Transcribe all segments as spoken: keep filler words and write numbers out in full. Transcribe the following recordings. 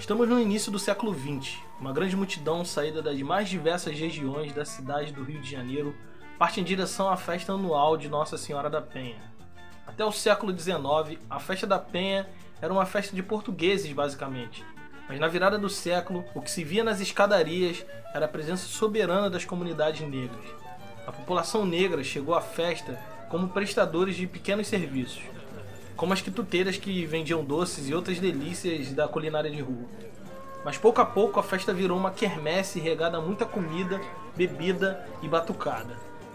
Estamos no início do século vinte. Uma grande multidão saída das mais diversas regiões da cidade do Rio de Janeiro parte em direção à festa anual de Nossa Senhora da Penha. Até o século dezenove, a festa da Penha era uma festa de portugueses, basicamente. Mas na virada do século, o que se via nas escadarias era a presença soberana das comunidades negras. A população negra chegou à festa como prestadores de pequenos serviços, como as quituteiras que vendiam doces e outras delícias da culinária de rua. Mas pouco a pouco a festa virou uma quermesse regada a muita comida, bebida e batucada.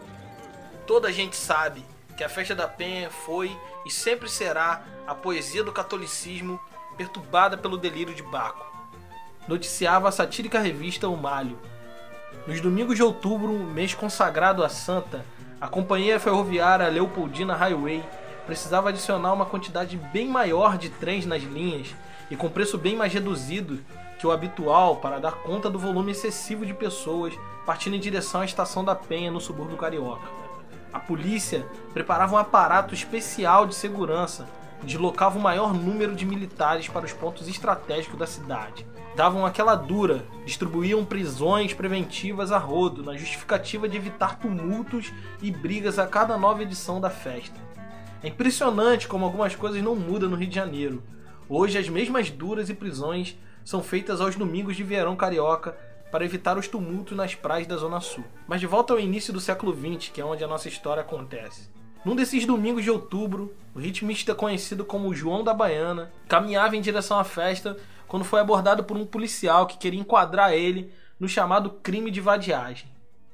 Toda a gente sabe que a festa da Penha foi e sempre será a poesia do catolicismo perturbada pelo delírio de Baco, noticiava a satírica revista O Malho. Nos domingos de outubro, mês consagrado à santa, a companhia ferroviária Leopoldina Highway precisava adicionar uma quantidade bem maior de trens nas linhas e com preço bem mais reduzido que o habitual para dar conta do volume excessivo de pessoas partindo em direção à estação da Penha no subúrbio carioca. A polícia preparava um aparato especial de segurança e deslocava o maior número de militares para os pontos estratégicos da cidade. Davam aquela dura, distribuíam prisões preventivas a rodo na justificativa de evitar tumultos e brigas a cada nova edição da festa. É impressionante como algumas coisas não mudam no Rio de Janeiro. Hoje as mesmas duras e prisões são feitas aos domingos de verão carioca para evitar os tumultos nas praias da Zona Sul. Mas de volta ao início do século vinte, que é onde a nossa história acontece. Num desses domingos de outubro, o ritmista conhecido como João da Baiana caminhava em direção à festa quando foi abordado por um policial que queria enquadrar ele no chamado crime de vadiagem.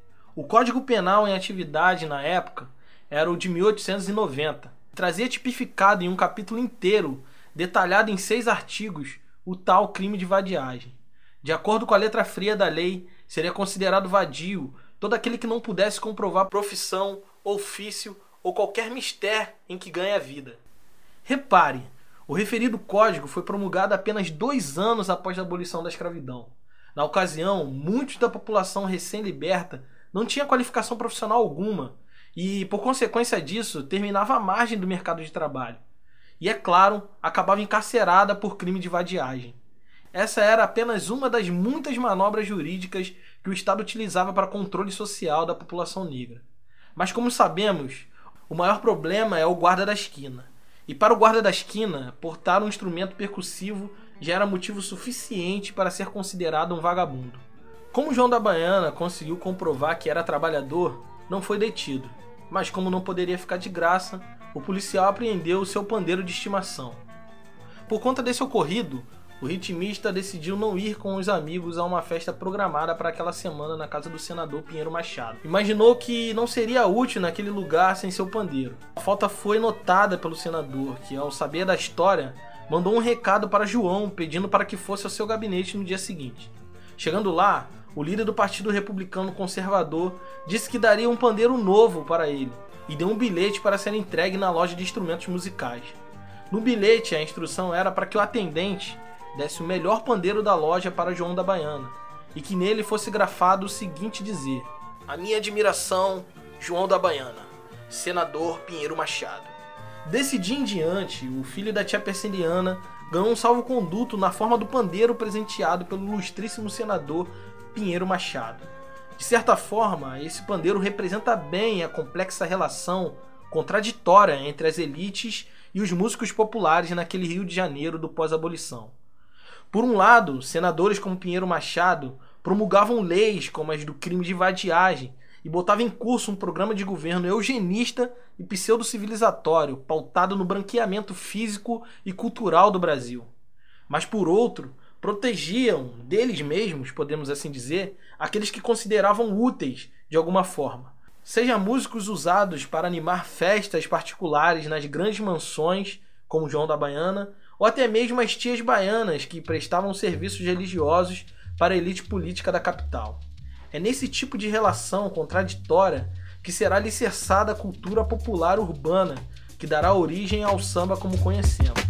O Código Penal em atividade na época era o de mil oitocentos e noventa. Trazia tipificado em um capítulo inteiro, detalhado em seis artigos, o tal crime de vadiagem. De acordo com a letra fria da lei, seria considerado vadio todo aquele que não pudesse comprovar profissão, ofício ou qualquer mistério em que ganha a vida. Repare, o referido código foi promulgado apenas dois anos após a abolição da escravidão. Na ocasião, muitos da população recém-liberta não tinha qualificação profissional alguma e, por consequência disso, terminava à margem do mercado de trabalho. E, é claro, acabava encarcerada por crime de vadiagem. Essa era apenas uma das muitas manobras jurídicas que o Estado utilizava para controle social da população negra. Mas, como sabemos, o maior problema é o guarda da esquina. E para o guarda da esquina, portar um instrumento percussivo já era motivo suficiente para ser considerado um vagabundo. Como João da Baiana conseguiu comprovar que era trabalhador, não foi detido. Mas como não poderia ficar de graça, o policial apreendeu o seu pandeiro de estimação. Por conta desse ocorrido, o ritmista decidiu não ir com os amigos a uma festa programada para aquela semana na casa do senador Pinheiro Machado. Imaginou que não seria útil naquele lugar sem seu pandeiro. A falta foi notada pelo senador, que, ao saber da história, mandou um recado para João pedindo para que fosse ao seu gabinete no dia seguinte. Chegando lá, o líder do Partido Republicano Conservador disse que daria um pandeiro novo para ele e deu um bilhete para ser entregue na loja de instrumentos musicais. No bilhete, a instrução era para que o atendente desse o melhor pandeiro da loja para João da Baiana e que nele fosse grafado o seguinte dizer: "A minha admiração, João da Baiana, senador Pinheiro Machado." Desse dia em diante, o filho da tia Persiliana ganhou um salvo-conduto na forma do pandeiro presenteado pelo ilustríssimo senador Pinheiro Machado. De certa forma, esse pandeiro representa bem a complexa relação contraditória entre as elites e os músicos populares naquele Rio de Janeiro do pós-abolição. Por um lado, senadores como Pinheiro Machado promulgavam leis como as do crime de vadiagem e botavam em curso um programa de governo eugenista e pseudo-civilizatório pautado no branqueamento físico e cultural do Brasil. Mas, por outro, protegiam deles mesmos, podemos assim dizer, aqueles que consideravam úteis de alguma forma. Seja músicos usados para animar festas particulares nas grandes mansões, como João da Baiana, ou até mesmo as tias baianas que prestavam serviços religiosos para a elite política da capital. É nesse tipo de relação contraditória que será alicerçada a cultura popular urbana, que dará origem ao samba como conhecemos.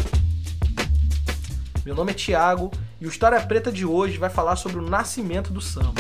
Meu nome é Thiago e o História Preta de hoje vai falar sobre o nascimento do samba.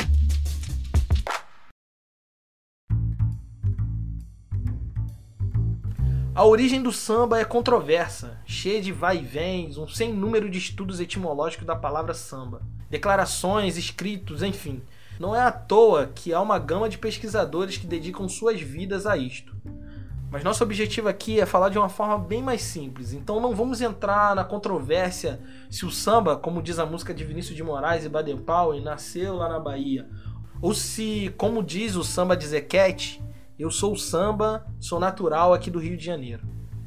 A origem do samba é controversa, cheia de vai-vens, um sem número de estudos etimológicos da palavra samba, declarações, escritos, enfim. Não é à toa que há uma gama de pesquisadores que dedicam suas vidas a isto. Mas nosso objetivo aqui é falar de uma forma bem mais simples, então não vamos entrar na controvérsia se o samba, como diz a música de Vinícius de Moraes e Baden Powell, nasceu lá na Bahia, ou se, como diz o samba de Zequete, eu sou o samba, sou natural aqui do Rio de Janeiro.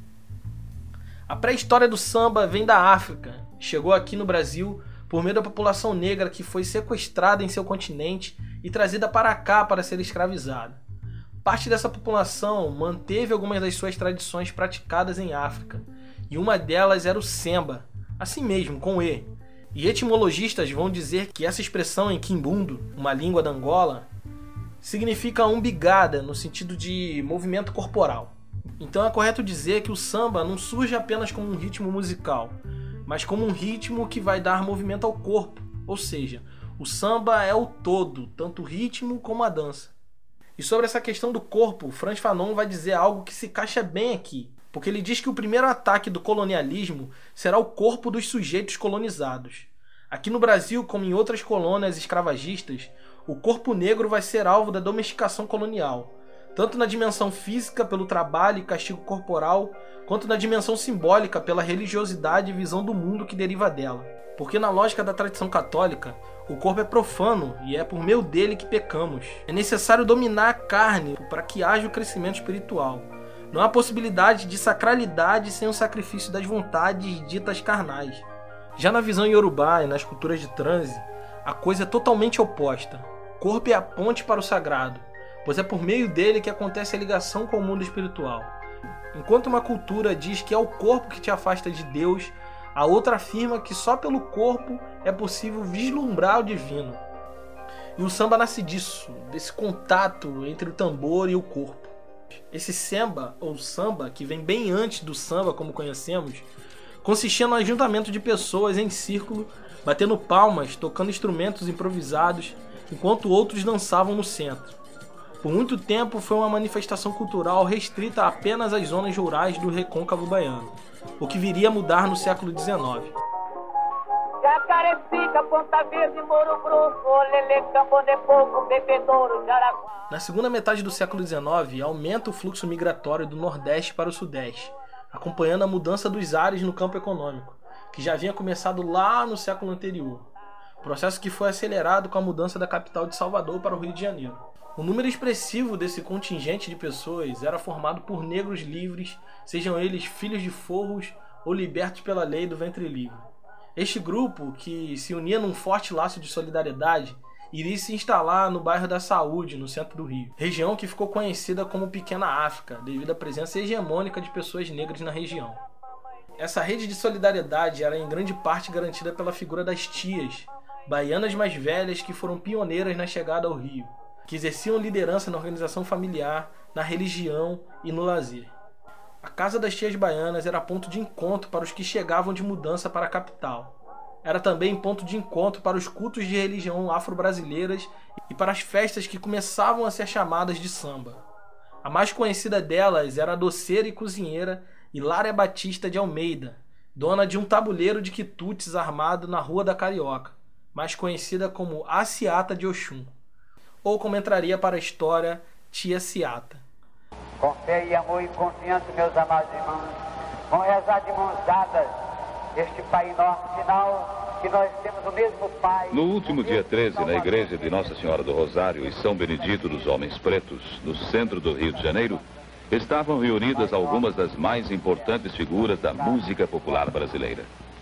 A pré-história do samba vem da África, chegou aqui no Brasil por meio da população negra que foi sequestrada em seu continente e trazida para cá para ser escravizada. Parte dessa população manteve algumas das suas tradições praticadas em África, e uma delas era o semba, assim mesmo, com E. E etimologistas vão dizer que essa expressão em quimbundo, uma língua da Angola, significa umbigada no sentido de movimento corporal. Então é correto dizer que o samba não surge apenas como um ritmo musical, mas como um ritmo que vai dar movimento ao corpo, ou seja, o samba é o todo, tanto o ritmo como a dança. E sobre essa questão do corpo, Frantz Fanon vai dizer algo que se encaixa bem aqui, porque ele diz que o primeiro ataque do colonialismo será o corpo dos sujeitos colonizados. Aqui no Brasil, como em outras colônias escravagistas, o corpo negro vai ser alvo da domesticação colonial, tanto na dimensão física pelo trabalho e castigo corporal, quanto na dimensão simbólica pela religiosidade e visão do mundo que deriva dela. Porque na lógica da tradição católica, o corpo é profano e é por meio dele que pecamos. É necessário dominar a carne para que haja o crescimento espiritual. Não há possibilidade de sacralidade sem o sacrifício das vontades ditas carnais. Já na visão iorubá e nas culturas de transe, a coisa é totalmente oposta. O corpo é a ponte para o sagrado, pois é por meio dele que acontece a ligação com o mundo espiritual. Enquanto uma cultura diz que é o corpo que te afasta de Deus, a outra afirma que só pelo corpo é possível vislumbrar o divino. E o samba nasce disso, desse contato entre o tambor e o corpo. Esse semba, ou samba, que vem bem antes do samba como conhecemos, consistia no ajuntamento de pessoas em círculo, batendo palmas, tocando instrumentos improvisados, enquanto outros dançavam no centro. Por muito tempo foi uma manifestação cultural restrita apenas às zonas rurais do recôncavo baiano, o que viria a mudar no século dezenove. Na segunda metade do século dezenove, aumenta o fluxo migratório do Nordeste para o Sudeste, acompanhando a mudança dos ares no campo econômico, que já havia começado lá no século anterior, processo que foi acelerado com a mudança da capital de Salvador para o Rio de Janeiro. O número expressivo desse contingente de pessoas era formado por negros livres, sejam eles filhos de forros ou libertos pela lei do ventre livre. Este grupo, que se unia num forte laço de solidariedade, iria se instalar no bairro da Saúde, no centro do Rio, região que ficou conhecida como Pequena África, devido à presença hegemônica de pessoas negras na região. Essa rede de solidariedade era em grande parte garantida pela figura das tias, baianas mais velhas que foram pioneiras na chegada ao Rio, que exerciam liderança na organização familiar, na religião e no lazer. A Casa das Tias Baianas era ponto de encontro para os que chegavam de mudança para a capital. Era também ponto de encontro para os cultos de religião afro-brasileiras e para as festas que começavam a ser chamadas de samba. A mais conhecida delas era a doceira e cozinheira Hilária Batista de Almeida, dona de um tabuleiro de quitutes armado na Rua da Carioca, mais conhecida como a Seata de Oxum, ou como entraria para a história, Tia Seata. Com fé e amor e confiança, meus amados irmãos, vão rezar de mãos dadas este Pai Nosso final, que nós temos o mesmo Pai. No último dia treze, na igreja de Nossa Senhora do Rosário e São Benedito dos Homens Pretos, no centro do Rio de Janeiro, estavam reunidas algumas das mais importantes figuras da música popular brasileira.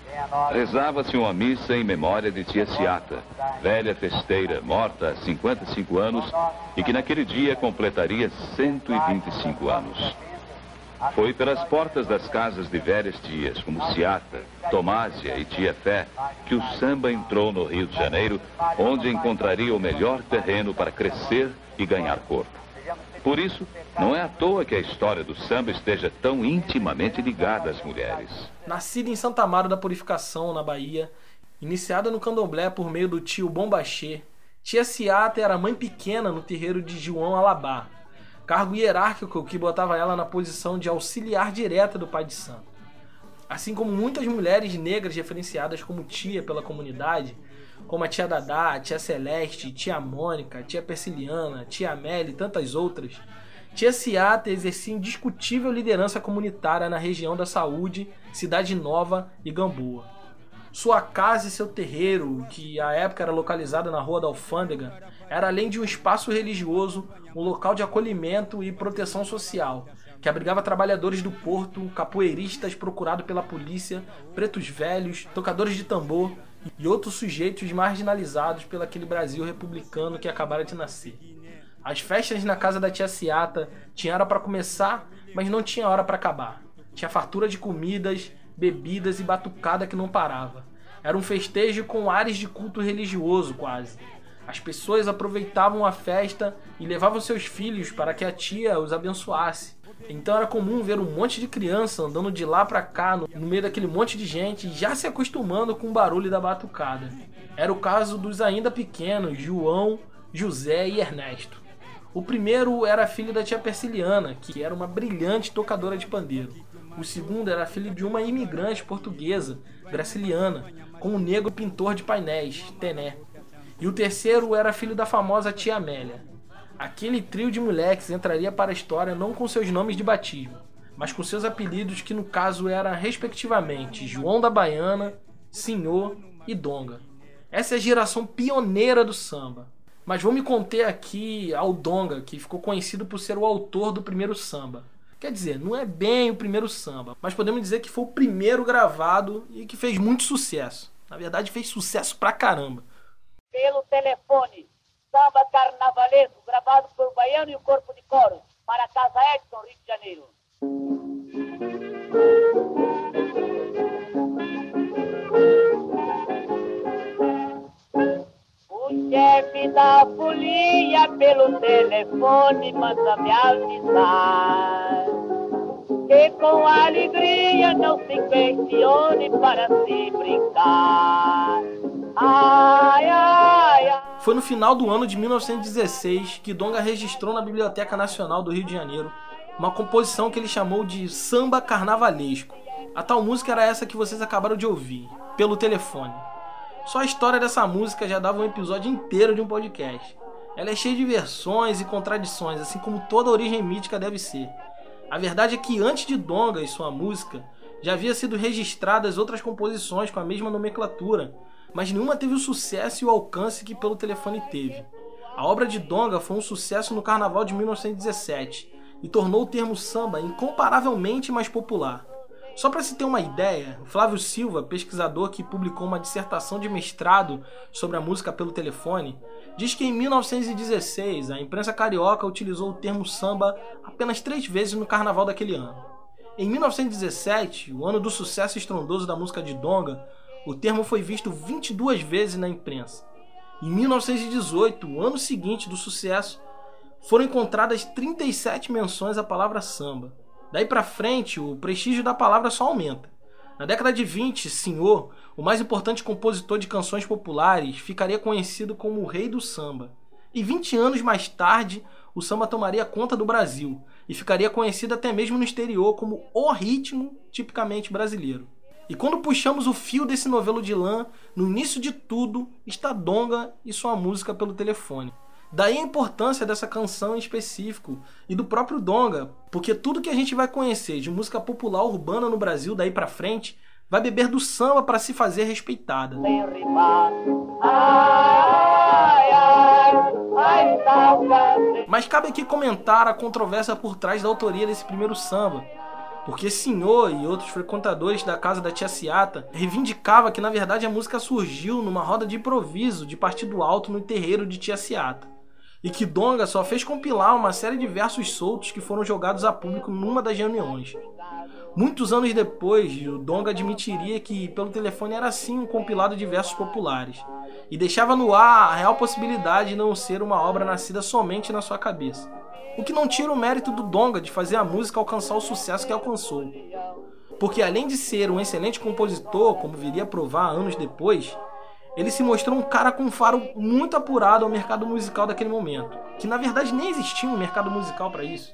Rezava-se uma missa em memória de Tia Seata, velha festeira, morta há cinquenta e cinco anos e que naquele dia completaria cento e vinte e cinco anos. Foi pelas portas das casas de velhas tias, como Seata, Tomásia e Tia Fé, que o samba entrou no Rio de Janeiro, onde encontraria o melhor terreno para crescer e ganhar corpo. Por isso, não é à toa que a história do samba esteja tão intimamente ligada às mulheres. Nascida em Santa Amaro da Purificação, na Bahia, iniciada no candomblé por meio do tio Bombaxê, Tia Seata era mãe pequena no terreiro de João Alabá. cargo hierárquico que botava ela na posição de auxiliar direta do pai de santo. Assim como muitas mulheres negras referenciadas como tia pela comunidade, como a tia Dadá, a tia Celeste, tia Mônica, tia Persiliana, tia Amélia e tantas outras, tia Ciata exercia indiscutível liderança comunitária na região da Saúde, Cidade Nova e Gamboa. Sua casa e seu terreiro, que à época era localizada na Rua da Alfândega, era além de um espaço religioso, um local de acolhimento e proteção social, que abrigava trabalhadores do porto, capoeiristas procurados pela polícia, pretos velhos, tocadores de tambor e outros sujeitos marginalizados pelo aquele Brasil republicano que acabara de nascer. As festas na casa da tia Ciata tinha hora para começar, mas não tinha hora para acabar. Tinha fartura de comidas, bebidas e batucada que não parava. Era um festejo com ares de culto religioso quase. As pessoas aproveitavam a festa e levavam seus filhos para que a tia os abençoasse. Então era comum ver um monte de criança andando de lá para cá no, no meio daquele monte de gente, já se acostumando com o barulho da batucada. Era o caso dos ainda pequenos João, José e Ernesto. O primeiro era filho da tia Persiliana, que era uma brilhante tocadora de pandeiro. O segundo era filho de uma imigrante portuguesa, Graciliana, com um negro pintor de painéis, Tené. E o terceiro era filho da famosa tia Amélia. Aquele trio de moleques entraria para a história não com seus nomes de batismo, mas com seus apelidos que no caso eram respectivamente João da Baiana, Senhor e Donga. Essa é a geração pioneira do samba. Mas vou me conter aqui ao Donga, que ficou conhecido por ser o autor do primeiro samba. Quer dizer, não é bem o primeiro samba, mas podemos dizer que foi o primeiro gravado e que fez muito sucesso. Na verdade, fez sucesso pra caramba. Pelo telefone, samba carnavalesco, gravado por Baiano e o Corpo de Coro, para a Casa Edson, Rio de Janeiro. O chefe da folia pelo telefone manda me avisar que com alegria não se questione para se brincar. Ai, ai, ai. Foi no final do ano de mil novecentos e dezesseis que Donga registrou na Biblioteca Nacional do Rio de Janeiro uma composição que ele chamou de samba carnavalesco. A tal música era essa que vocês acabaram de ouvir, Pelo Telefone. Só a história dessa música já dava um episódio inteiro de um podcast. Ela é cheia de versões e contradições, assim como toda origem mítica deve ser. A verdade é que antes de Donga e sua música, já havia sido registradas outras composições com a mesma nomenclatura, mas nenhuma teve o sucesso e o alcance que Pelo Telefone teve. A obra de Donga foi um sucesso no Carnaval de mil novecentos e dezessete e tornou o termo samba incomparavelmente mais popular. Só para se ter uma ideia, Flávio Silva, pesquisador que publicou uma dissertação de mestrado sobre a música pelo telefone, diz que em mil novecentos e dezesseis a imprensa carioca utilizou o termo samba apenas três vezes no carnaval daquele ano. Em mil novecentos e dezessete, o ano do sucesso estrondoso da música de Donga, o termo foi visto vinte e duas vezes na imprensa. Em mil novecentos e dezoito, o ano seguinte do sucesso, foram encontradas trinta e sete menções à palavra samba. Daí pra frente, o prestígio da palavra só aumenta. Na década de vinte, Senhor, o mais importante compositor de canções populares, ficaria conhecido como o rei do samba. E vinte anos mais tarde, o samba tomaria conta do Brasil e ficaria conhecido até mesmo no exterior como o ritmo tipicamente brasileiro. E quando puxamos o fio desse novelo de lã, no início de tudo está Donga e sua música Pelo Telefone. Daí a importância dessa canção em específico e do próprio Donga, porque tudo que a gente vai conhecer de música popular urbana no Brasil daí pra frente vai beber do samba para se fazer respeitada. Mas cabe aqui comentar a controvérsia por trás da autoria desse primeiro samba, porque Senhor e outros frequentadores da casa da tia Ciata reivindicava que na verdade a música surgiu numa roda de improviso de partido alto no terreiro de tia Ciata, e que Donga só fez compilar uma série de versos soltos que foram jogados a público numa das reuniões. Muitos anos depois, o Donga admitiria que Pelo Telefone era sim um compilado de versos populares, e deixava no ar a real possibilidade de não ser uma obra nascida somente na sua cabeça. O que não tira o mérito do Donga de fazer a música alcançar o sucesso que alcançou. Porque além de ser um excelente compositor, como viria a provar anos depois, ele se mostrou um cara com um faro muito apurado ao mercado musical daquele momento, que na verdade nem existia um mercado musical para isso.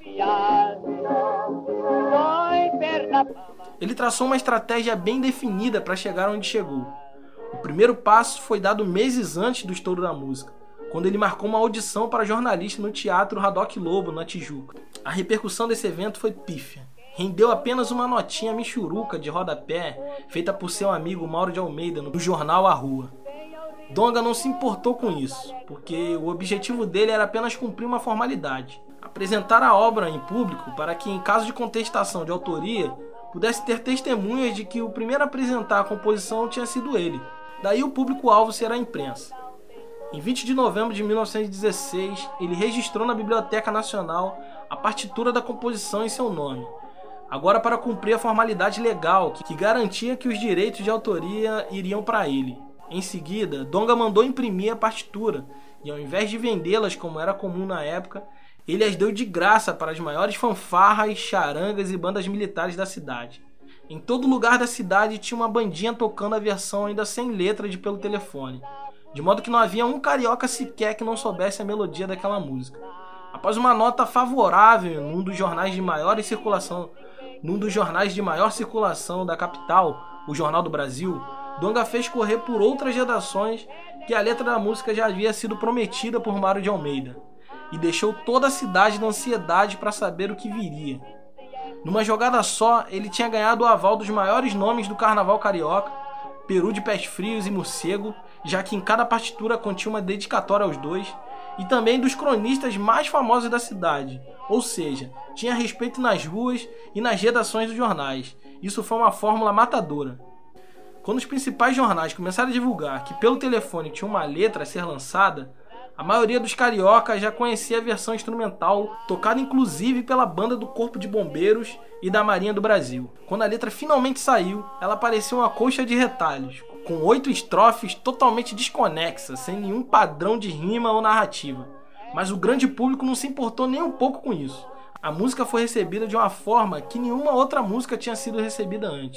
Ele traçou uma estratégia bem definida para chegar onde chegou. O primeiro passo foi dado meses antes do estouro da música, quando ele marcou uma audição para jornalista no Teatro Radoc Lobo, na Tijuca. A repercussão desse evento foi pífia. Rendeu apenas uma notinha michuruca de rodapé, feita por seu amigo Mauro de Almeida, no jornal A Rua. Donga não se importou com isso, porque o objetivo dele era apenas cumprir uma formalidade: apresentar a obra em público para que, em caso de contestação de autoria, pudesse ter testemunhas de que o primeiro a apresentar a composição tinha sido ele. Daí o público-alvo será a imprensa. Em vinte de novembro de mil novecentos e dezesseis, ele registrou na Biblioteca Nacional a partitura da composição em seu nome, agora para cumprir a formalidade legal que garantia que os direitos de autoria iriam para ele. Em seguida, Donga mandou imprimir a partitura e, ao invés de vendê-las como era comum na época, ele as deu de graça para as maiores fanfarras, charangas e bandas militares da cidade. Em todo lugar da cidade tinha uma bandinha tocando a versão ainda sem letra de Pelo Telefone, de modo que não havia um carioca sequer que não soubesse a melodia daquela música. Após uma nota favorável num dos jornais de maior circulação, num dos jornais de maior circulação da capital, o Jornal do Brasil, Donga fez correr por outras redações que a letra da música já havia sido prometida por Mauro de Almeida, e deixou toda a cidade na ansiedade para saber o que viria. Numa jogada só, ele tinha ganhado o aval dos maiores nomes do carnaval carioca, Peru de Pés Frios e Morcego, já que em cada partitura continha uma dedicatória aos dois, e também dos cronistas mais famosos da cidade, ou seja, tinha respeito nas ruas e nas redações dos jornais. Isso foi uma fórmula matadora. Quando os principais jornais começaram a divulgar que Pelo Telefone tinha uma letra a ser lançada, a maioria dos cariocas já conhecia a versão instrumental, tocada inclusive pela banda do Corpo de Bombeiros e da Marinha do Brasil. Quando a letra finalmente saiu, ela parecia uma colcha de retalhos, com oito estrofes totalmente desconexas, sem nenhum padrão de rima ou narrativa. Mas o grande público não se importou nem um pouco com isso. A música foi recebida de uma forma que nenhuma outra música tinha sido recebida antes.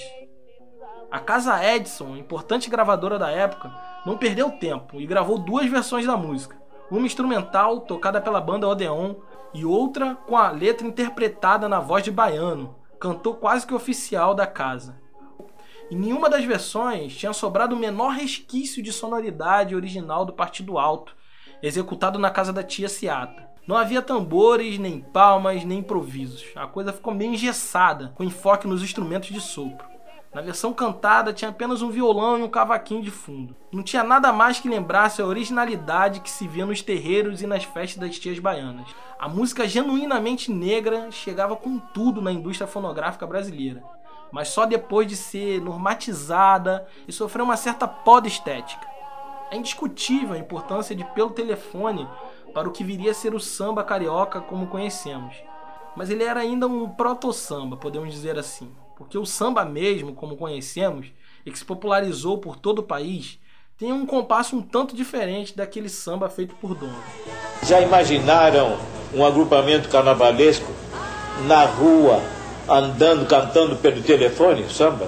A Casa Edison, importante gravadora da época, não perdeu tempo e gravou duas versões da música. Uma instrumental, tocada pela banda Odeon, e outra com a letra interpretada na voz de Baiano, cantor quase que oficial da casa. Em nenhuma das versões tinha sobrado o menor resquício de sonoridade original do Partido Alto, executado na casa da tia Seata. Não havia tambores, nem palmas, nem improvisos. A coisa ficou meio engessada, com enfoque nos instrumentos de sopro. Na versão cantada tinha apenas um violão e um cavaquinho de fundo. Não tinha nada mais que lembrasse a originalidade que se via nos terreiros e nas festas das tias baianas. A música genuinamente negra chegava com tudo na indústria fonográfica brasileira, mas só depois de ser normatizada e sofrer uma certa poda estética. É indiscutível a importância de Pelo Telefone para o que viria a ser o samba carioca como conhecemos, mas ele era ainda um proto-samba, podemos dizer assim. Porque o samba mesmo, como conhecemos, e que se popularizou por todo o país, tem um compasso um tanto diferente daquele samba feito por Donga. Já imaginaram um agrupamento carnavalesco na rua, andando, cantando pelo telefone, samba?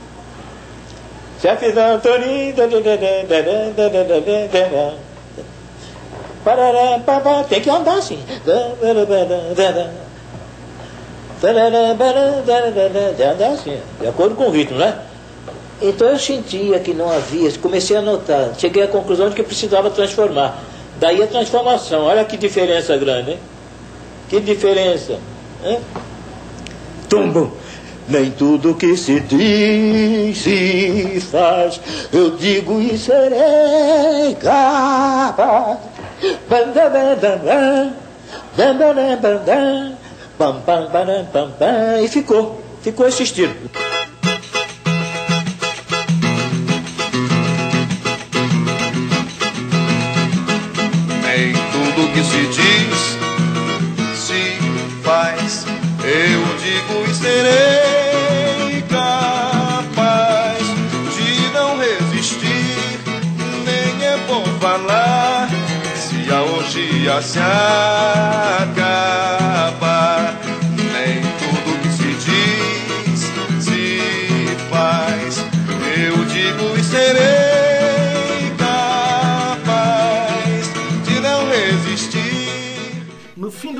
Chefe da Antoninha, tem que andar assim. Assim, de acordo com o ritmo, né? Então eu sentia que não havia, comecei a notar, cheguei à conclusão de que precisava transformar. Daí a transformação, olha que diferença grande, hein? Que diferença, hein? Tumbo! Nem tudo que se diz se faz, eu digo e serei capaz. Pam, pam, pam, pam, pam, e ficou, ficou esse estilo. Nem tudo que se diz se faz, eu digo e serei capaz de não resistir, nem é bom falar se a orgia se acaba. Nem tudo que se diz se faz, eu digo e serei capaz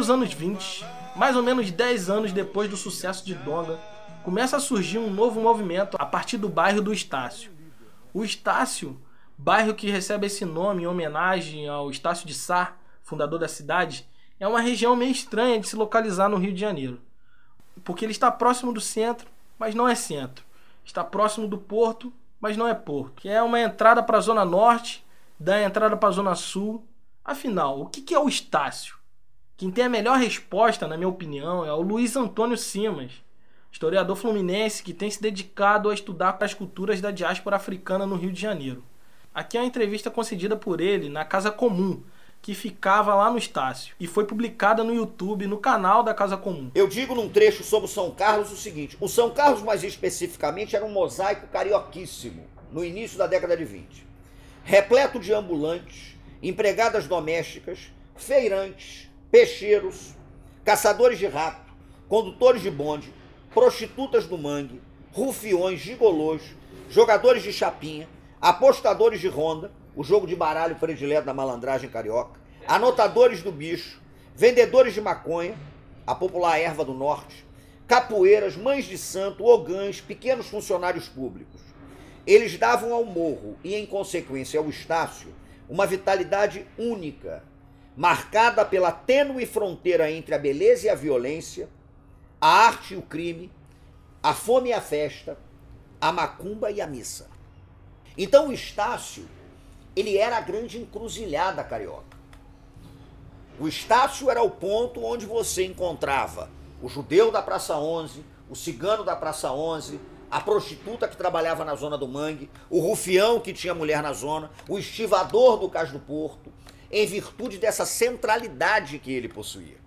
dos anos vinte, mais ou menos dez anos depois do sucesso de Donga, começa a surgir um novo movimento a partir do bairro do Estácio. O Estácio, bairro que recebe esse nome em homenagem ao Estácio de Sá, fundador da cidade, é uma região meio estranha de se localizar no Rio de Janeiro, porque ele está próximo do centro, mas não é centro. Está próximo do porto, mas não é porto. Que é uma entrada para a Zona Norte, da entrada para a Zona Sul. Afinal, o que é o Estácio? Quem tem a melhor resposta, na minha opinião, é o Luiz Antônio Simas, historiador fluminense que tem se dedicado a estudar as culturas da diáspora africana no Rio de Janeiro. Aqui é uma entrevista concedida por ele na Casa Comum, que ficava lá no Estácio, e foi publicada no YouTube, no canal da Casa Comum. Eu digo num trecho sobre o São Carlos o seguinte: o São Carlos, mais especificamente, era um mosaico carioquíssimo, no início da década de vinte. Repleto de ambulantes, empregadas domésticas, feirantes, peixeiros, caçadores de rato, condutores de bonde, prostitutas do mangue, rufiões, gigolôs, jogadores de chapinha, apostadores de ronda, o jogo de baralho predileto da malandragem carioca, anotadores do bicho, vendedores de maconha, a popular erva do norte, capoeiras, mães de santo, ogãs, pequenos funcionários públicos. Eles davam ao morro e, em consequência, ao Estácio, uma vitalidade única, marcada pela tênue fronteira entre a beleza e a violência, a arte e o crime, a fome e a festa, a macumba e a missa. Então o Estácio, ele era a grande encruzilhada carioca. O Estácio era o ponto onde você encontrava o judeu da Praça onze, o cigano da Praça onze, a prostituta que trabalhava na zona do mangue, o rufião que tinha mulher na zona, o estivador do Cais do Porto, em virtude dessa centralidade que ele possuía.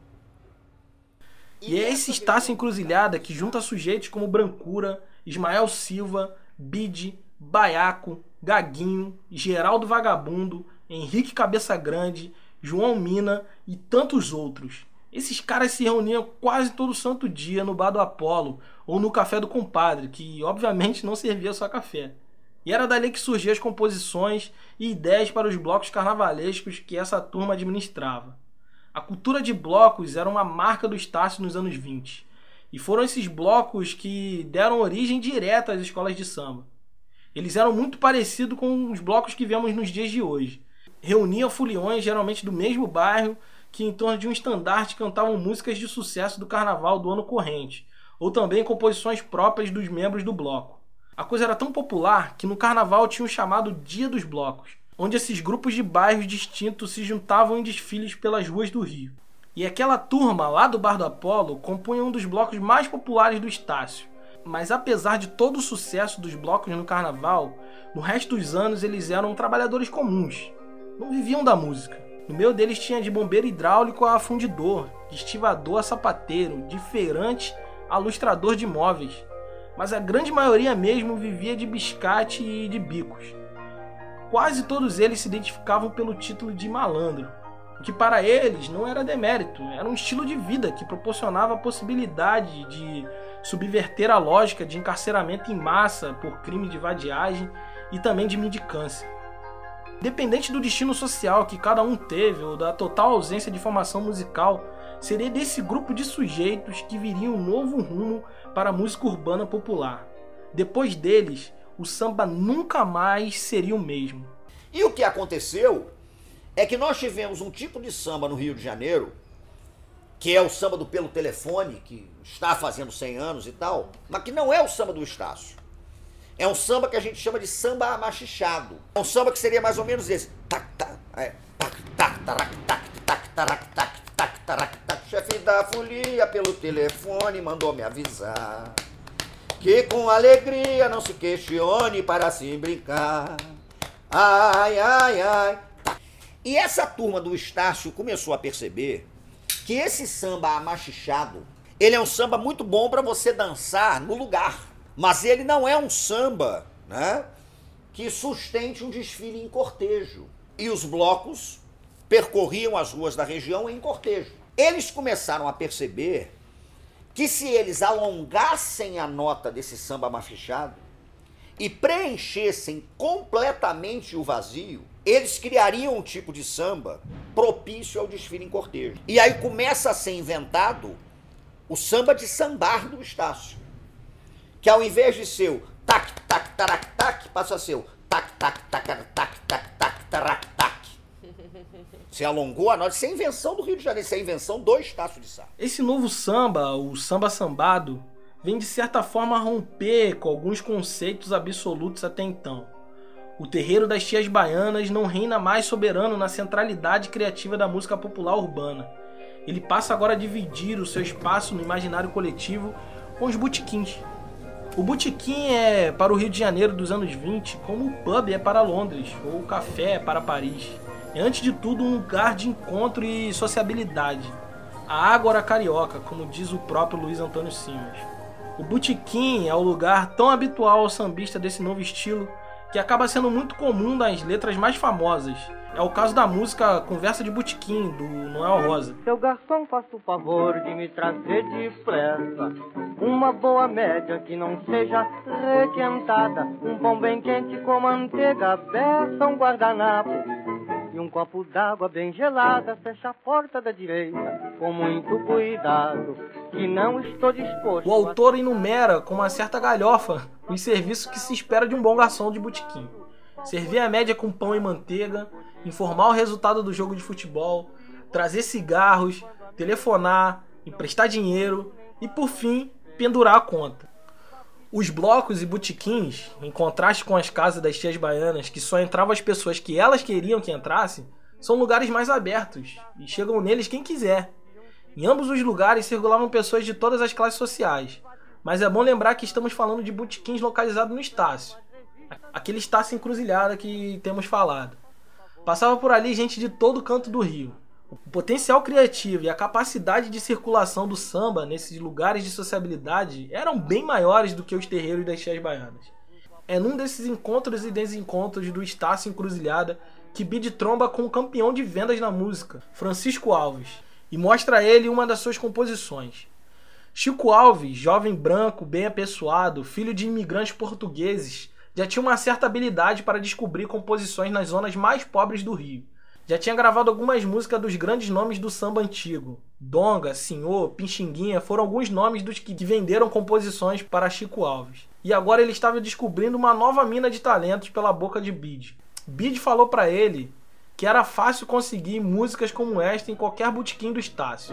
E é esse Estácio encruzilhada que junta sujeitos como Brancura, Ismael Silva, Bide, Baiaco, Gaguinho, Geraldo Vagabundo, Henrique Cabeça Grande, João Mina e tantos outros. Esses caras se reuniam quase todo santo dia no bar do Apolo ou no café do compadre, que obviamente não servia só café. E era dali que surgiam as composições e ideias para os blocos carnavalescos que essa turma administrava. A cultura de blocos era uma marca do Estácio nos anos vinte, e foram esses blocos que deram origem direta às escolas de samba. Eles eram muito parecidos com os blocos que vemos nos dias de hoje. Reuniam foliões, geralmente do mesmo bairro, que em torno de um estandarte cantavam músicas de sucesso do carnaval do ano corrente, ou também composições próprias dos membros do bloco. A coisa era tão popular que no carnaval tinha o chamado Dia dos Blocos, onde esses grupos de bairros distintos se juntavam em desfiles pelas ruas do Rio. E aquela turma lá do Bar do Apolo compunha um dos blocos mais populares do Estácio. Mas apesar de todo o sucesso dos blocos no carnaval, no resto dos anos eles eram trabalhadores comuns, não viviam da música. No meio deles tinha de bombeiro hidráulico a fundidor, de estivador a sapateiro, de feirante a lustrador de móveis. Mas a grande maioria mesmo vivia de biscate e de bicos. Quase todos eles se identificavam pelo título de malandro, o que para eles não era demérito, era um estilo de vida que proporcionava a possibilidade de subverter a lógica de encarceramento em massa por crime de vadiagem e também de mendicância. Independente do destino social que cada um teve ou da total ausência de formação musical, seria desse grupo de sujeitos que viria um novo rumo para a música urbana popular. Depois deles, o samba nunca mais seria o mesmo. E o que aconteceu é que nós tivemos um tipo de samba no Rio de Janeiro, que é o samba do Pelo Telefone, que está fazendo cem anos e tal, mas que não é o samba do Estácio. É um samba que a gente chama de samba amachichado. É um samba que seria mais ou menos esse. Tac, tac, é, tac, tac, tac, tac, tac, tac, tac, tac, tac, tac. Chefe da folia pelo telefone mandou me avisar que com alegria não se questione para se brincar. Ai, ai, ai. E essa turma do Estácio começou a perceber que esse samba amachichado, ele é um samba muito bom para você dançar no lugar. Mas ele não é um samba, né, que sustente um desfile em cortejo. E os blocos percorriam as ruas da região em cortejo. Eles começaram a perceber que se eles alongassem a nota desse samba amachichado e preenchessem completamente o vazio, eles criariam um tipo de samba propício ao desfile em cortejo. E aí começa a ser inventado o samba de sambar do Estácio, que ao invés de ser o tac, tac, tarac, tac, passa a ser o tac, tac, tac, tac, tac, tac, tarac, tac. Você alongou a nota, isso é invenção do Rio de Janeiro, isso é invenção do Estácio de Sá. Esse novo samba, o samba sambado, vem de certa forma romper com alguns conceitos absolutos até então. O terreiro das tias baianas não reina mais soberano na centralidade criativa da música popular urbana. Ele passa agora a dividir o seu espaço no imaginário coletivo com os botequins. O botequim é para o Rio de Janeiro dos anos vinte como o pub é para Londres ou o café é para Paris. É antes de tudo um lugar de encontro e sociabilidade. A ágora carioca, como diz o próprio Luiz Antônio Simas. O botequim é o lugar tão habitual ao sambista desse novo estilo que acaba sendo muito comum nas letras mais famosas. É o caso da música Conversa de Botequim, do Noel Rosa. Seu garçom, faça o favor de me trazer depressa uma boa média que não seja requentada, um pão bem quente com manteiga, beça, um guardanapo e um copo d'água bem gelada. Fecha a porta da direita com muito cuidado, que não estou disposto. O autor enumera com uma certa galhofa os serviços que se espera de um bom garçom de botequim. Servir a média com pão e manteiga, informar o resultado do jogo de futebol, trazer cigarros, telefonar, emprestar dinheiro e, por fim, pendurar a conta. Os blocos e botequins, em contraste com as casas das tias baianas, que só entravam as pessoas que elas queriam que entrassem, são lugares mais abertos e chegam neles quem quiser. Em ambos os lugares circulavam pessoas de todas as classes sociais, mas é bom lembrar que estamos falando de botequins localizados no Estácio, aquele Estácio Encruzilhada que temos falado. Passava por ali gente de todo canto do Rio. O potencial criativo e a capacidade de circulação do samba nesses lugares de sociabilidade eram bem maiores do que os terreiros das tias baianas. É num desses encontros e desencontros do Estácio Encruzilhada que Bide tromba com o campeão de vendas na música, Francisco Alves, e mostra a ele uma das suas composições. Chico Alves, jovem branco, bem apessoado, filho de imigrantes portugueses, já tinha uma certa habilidade para descobrir composições nas zonas mais pobres do Rio. Já tinha gravado algumas músicas dos grandes nomes do samba antigo. Donga, Senhor, Pixinguinha foram alguns nomes dos que venderam composições para Chico Alves. E agora ele estava descobrindo uma nova mina de talentos pela boca de Bide. Bide falou para ele que era fácil conseguir músicas como esta em qualquer botequim do Estácio.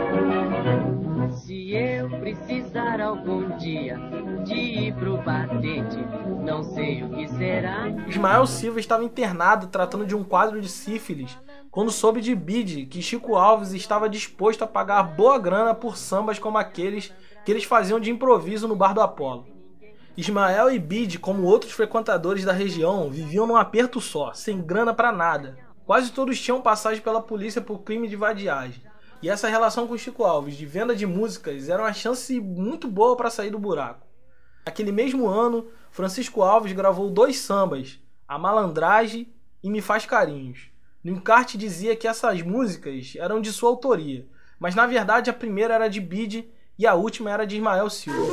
Se eu precisar algum dia de ir pro batente, não sei o que será. Ismael Silva estava internado tratando de um quadro de sífilis quando soube de Bide que Chico Alves estava disposto a pagar boa grana por sambas como aqueles que eles faziam de improviso no Bar do Apolo. Ismael e Bide, como outros frequentadores da região, viviam num aperto só, sem grana para nada. Quase todos tinham passagem pela polícia por crime de vadiagem. E essa relação com Chico Alves de venda de músicas era uma chance muito boa para sair do buraco. Naquele mesmo ano, Francisco Alves gravou dois sambas, A Malandragem e Me Faz Carinhos. No encarte dizia que essas músicas eram de sua autoria, mas na verdade a primeira era de Bide e a última era de Ismael Silva.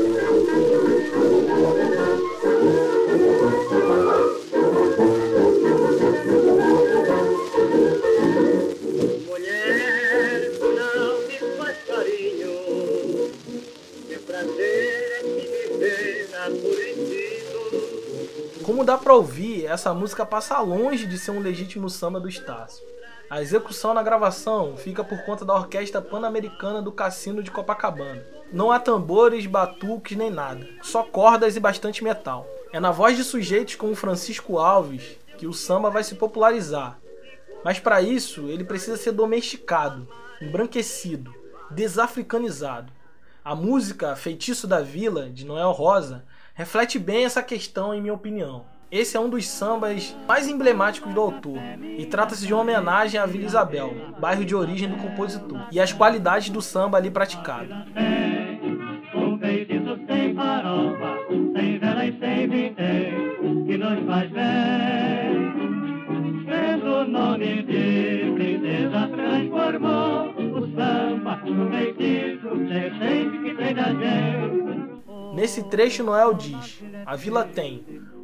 Como dá pra ouvir, essa música passa longe de ser um legítimo samba do Estácio. A execução na gravação fica por conta da Orquestra Pan-Americana do Cassino de Copacabana. Não há tambores, batuques nem nada, só cordas e bastante metal. É na voz de sujeitos como Francisco Alves que o samba vai se popularizar. Mas para isso ele precisa ser domesticado, embranquecido, desafricanizado. A música Feitiço da Vila, de Noel Rosa, reflete bem essa questão, em minha opinião. Esse é um dos sambas mais emblemáticos do autor, e trata-se de uma homenagem à Vila Isabel, bairro de origem do compositor, e às qualidades do samba ali praticado. Um feitiço sem farofa, sem vela e sem vintém, que nos faz bem. Pelo nome de princesa transformou o samba no feitiço decente que tem da gente. Nesse trecho, Noel diz: a vila tem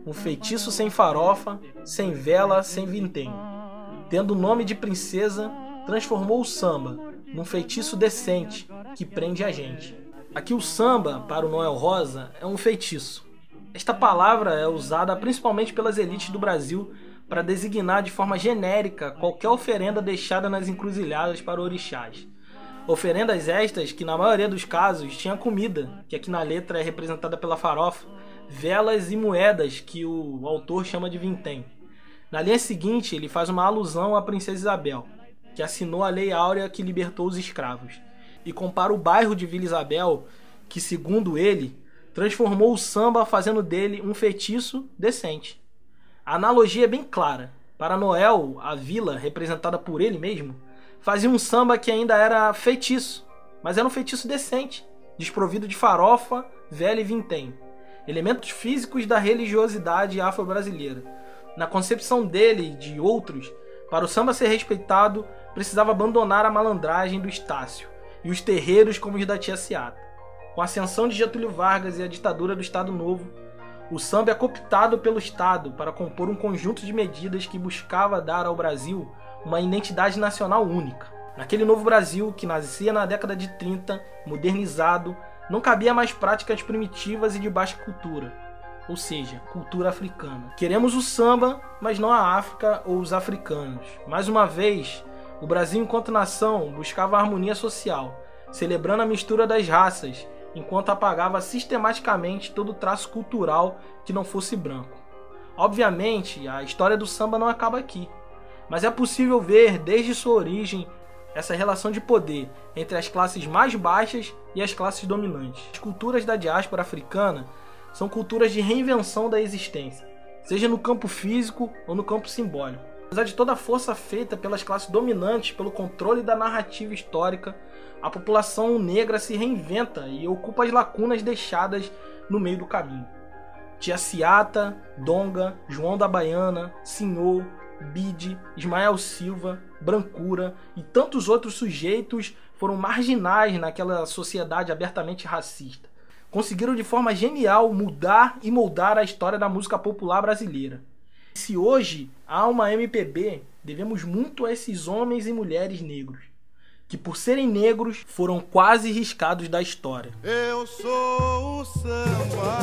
um feitiço sem farofa, sem vela, sem vintém. Tendo o nome de princesa, transformou o samba num feitiço decente que prende a gente. Aqui o samba, para o Noel Rosa, é um feitiço. Esta palavra é usada principalmente pelas elites do Brasil para designar de forma genérica qualquer oferenda deixada nas encruzilhadas para orixás. Oferendas estas que, na maioria dos casos, tinha comida, que aqui na letra é representada pela farofa, velas e moedas, que o autor chama de vintém. Na linha seguinte, ele faz uma alusão à princesa Isabel, que assinou a Lei Áurea que libertou os escravos, e compara o bairro de Vila Isabel, que, segundo ele, transformou o samba fazendo dele um feitiço decente. A analogia é bem clara. Para Noel, a vila, representada por ele mesmo, fazia um samba que ainda era feitiço, mas era um feitiço decente, desprovido de farofa, vela e vintém, elementos físicos da religiosidade afro-brasileira. Na concepção dele e de outros, para o samba ser respeitado, precisava abandonar a malandragem do Estácio e os terreiros como os da Tia Seata. Com a ascensão de Getúlio Vargas e a ditadura do Estado Novo, o samba é cooptado pelo Estado para compor um conjunto de medidas que buscava dar ao Brasil uma identidade nacional única. Naquele novo Brasil, que nascia na década de trinta, modernizado, não cabia mais práticas primitivas e de baixa cultura, ou seja, cultura africana. Queremos o samba, mas não a África ou os africanos. Mais uma vez, o Brasil, enquanto nação, buscava a harmonia social, celebrando a mistura das raças, enquanto apagava sistematicamente todo traço cultural que não fosse branco. Obviamente, a história do samba não acaba aqui, mas é possível ver desde sua origem essa relação de poder entre as classes mais baixas e as classes dominantes. As culturas da diáspora africana são culturas de reinvenção da existência, seja no campo físico ou no campo simbólico. Apesar de toda a força feita pelas classes dominantes pelo controle da narrativa histórica, a população negra se reinventa e ocupa as lacunas deixadas no meio do caminho. Tia Seata, Donga, João da Baiana, Senhor, Bide, Ismael Silva, Brancura e tantos outros sujeitos foram marginais naquela sociedade abertamente racista. Conseguiram de forma genial mudar e moldar a história da música popular brasileira. Se hoje há uma M P B, devemos muito a esses homens e mulheres negros, que por serem negros foram quase riscados da história. Eu sou o samba,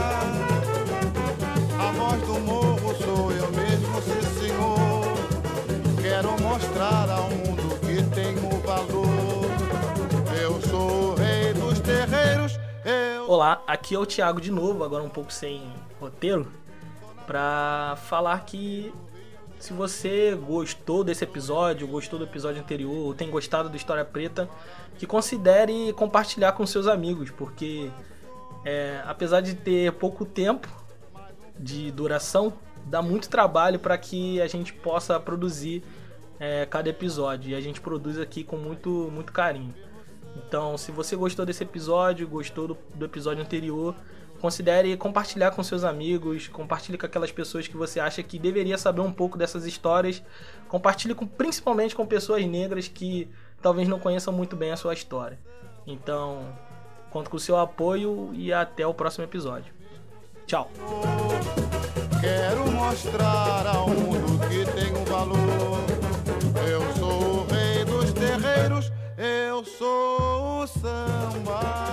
a voz do morro sou eu mesmo, sim senhor. Quero mostrar ao mundo que tenho valor. Eu sou o rei dos terreiros. Eu... Olá, aqui é o Thiago de novo, agora um pouco sem roteiro, para falar que se você gostou desse episódio, gostou do episódio anterior, ou tem gostado do História Preta, que considere compartilhar com seus amigos, porque é, apesar de ter pouco tempo de duração, dá muito trabalho para que a gente possa produzir é, cada episódio, e a gente produz aqui com muito, muito carinho. Então, se você gostou desse episódio, gostou do, do episódio anterior, considere compartilhar com seus amigos, compartilhe com aquelas pessoas que você acha que deveria saber um pouco dessas histórias, compartilhe com, principalmente com pessoas negras que talvez não conheçam muito bem a sua história. Então, conto com o seu apoio e até o próximo episódio. Tchau! Quero mostrar ao mundo que tenho valor. Eu sou o rei dos terreiros, eu sou o samba.